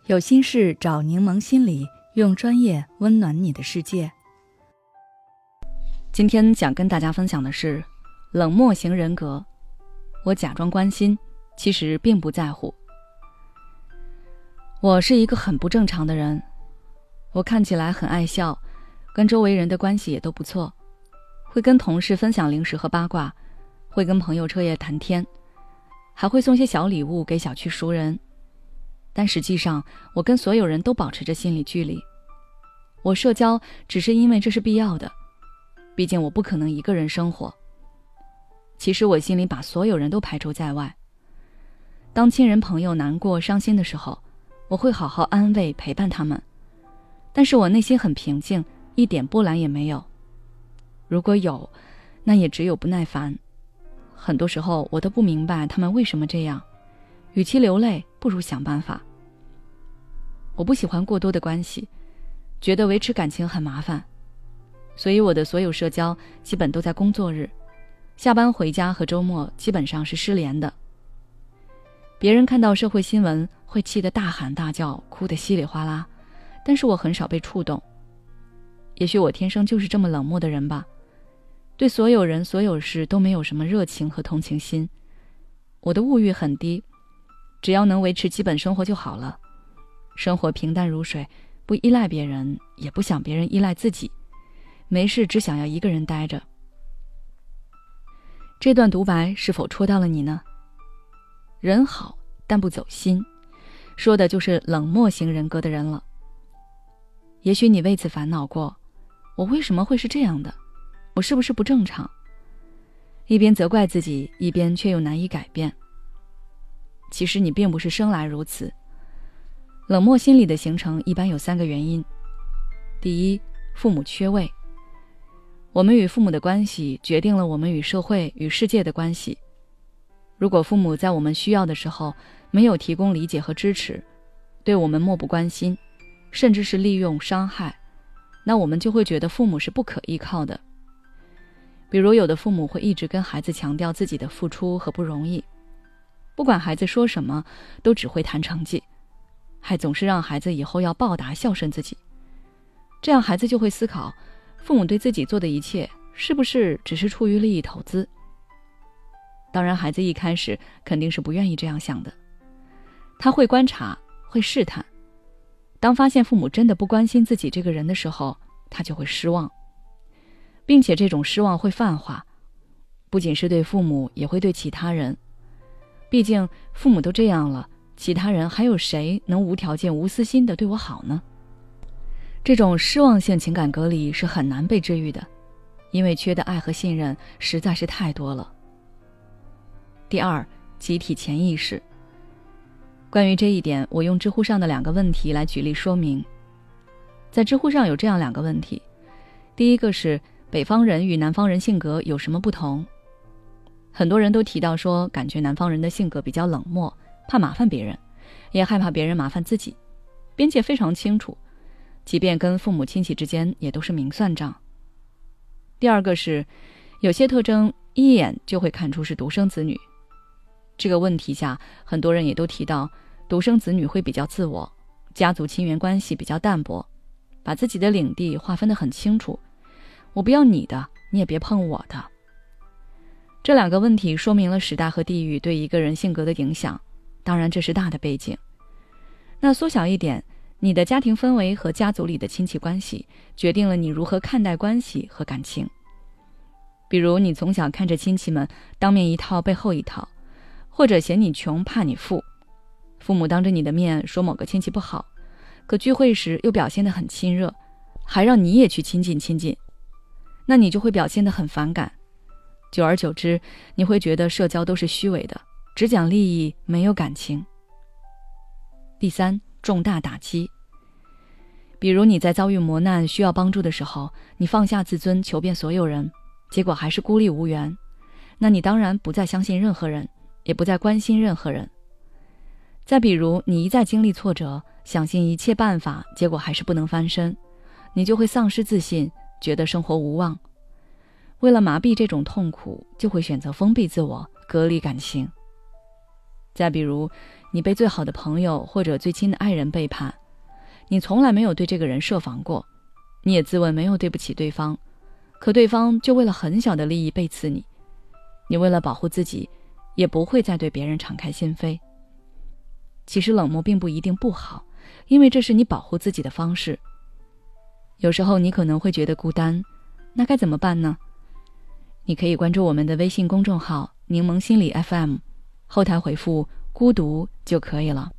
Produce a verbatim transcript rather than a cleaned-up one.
有心事找柠檬心理，用专业温暖你的世界。今天想跟大家分享的是冷漠型人格。我假装关心，其实并不在乎。我是一个很不正常的人，我看起来很爱笑，跟周围人的关系也都不错，会跟同事分享零食和八卦，会跟朋友彻夜谈天，还会送些小礼物给小区熟人。但实际上，我跟所有人都保持着心理距离。我社交只是因为这是必要的，毕竟我不可能一个人生活。其实我心里把所有人都排除在外。当亲人朋友难过伤心的时候，我会好好安慰陪伴他们，但是我内心很平静，一点波澜也没有。如果有，那也只有不耐烦。很多时候我都不明白他们为什么这样，与其流泪，不如想办法。我不喜欢过多的关系，觉得维持感情很麻烦，所以我的所有社交基本都在工作日，下班回家和周末基本上是失联的。别人看到社会新闻会气得大喊大叫，哭得稀里哗啦，但是我很少被触动。也许我天生就是这么冷漠的人吧，对所有人所有事都没有什么热情和同情心。我的物欲很低，只要能维持基本生活就好了。生活平淡如水，不依赖别人，也不想别人依赖自己，没事只想要一个人待着。这段独白是否戳到了你呢？人好，但不走心，说的就是冷漠型人格的人了。也许你为此烦恼过，我为什么会是这样的？我是不是不正常？一边责怪自己，一边却又难以改变。其实你并不是生来如此。冷漠心理的形成一般有三个原因。第一，父母缺位。我们与父母的关系决定了我们与社会与世界的关系。如果父母在我们需要的时候没有提供理解和支持，对我们漠不关心，甚至是利用伤害，那我们就会觉得父母是不可依靠的。比如有的父母会一直跟孩子强调自己的付出和不容易，不管孩子说什么都只会谈成绩，还总是让孩子以后要报答孝顺自己。这样孩子就会思考，父母对自己做的一切是不是只是出于利益投资。当然孩子一开始肯定是不愿意这样想的，他会观察，会试探，当发现父母真的不关心自己这个人的时候，他就会失望，并且这种失望会泛化，不仅是对父母，也会对其他人。毕竟父母都这样了，其他人还有谁能无条件无私心地对我好呢？这种失望性情感隔离是很难被治愈的，因为缺的爱和信任实在是太多了。第二，集体潜意识。关于这一点，我用知乎上的两个问题来举例说明。在知乎上有这样两个问题，第一个是北方人与南方人性格有什么不同？很多人都提到说，感觉南方人的性格比较冷漠，怕麻烦别人，也害怕别人麻烦自己，边界非常清楚，即便跟父母亲戚之间也都是明算账。第二个是有些特征一眼就会看出是独生子女。这个问题下，很多人也都提到独生子女会比较自我，家族亲缘关系比较淡薄，把自己的领地划分得很清楚，我不要你的，你也别碰我的。这两个问题说明了时代和地域对一个人性格的影响，当然这是大的背景。那缩小一点，你的家庭氛围和家族里的亲戚关系决定了你如何看待关系和感情。比如你从小看着亲戚们当面一套背后一套，或者嫌你穷怕你富，父母当着你的面说某个亲戚不好，可聚会时又表现得很亲热，还让你也去亲近亲近，那你就会表现得很反感。久而久之，你会觉得社交都是虚伪的，只讲利益，没有感情。第三，重大打击。比如你在遭遇磨难需要帮助的时候，你放下自尊求遍所有人，结果还是孤立无援，那你当然不再相信任何人，也不再关心任何人。再比如你一再经历挫折，想尽一切办法，结果还是不能翻身，你就会丧失自信，觉得生活无望。为了麻痹这种痛苦，就会选择封闭自我，隔离感情。再比如你被最好的朋友或者最亲的爱人背叛，你从来没有对这个人设防过，你也自问没有对不起对方，可对方就为了很小的利益背刺你，你为了保护自己，也不会再对别人敞开心扉。其实冷漠并不一定不好，因为这是你保护自己的方式。有时候你可能会觉得孤单，那该怎么办呢？你可以关注我们的微信公众号柠檬心理 F M， 后台回复孤独就可以了。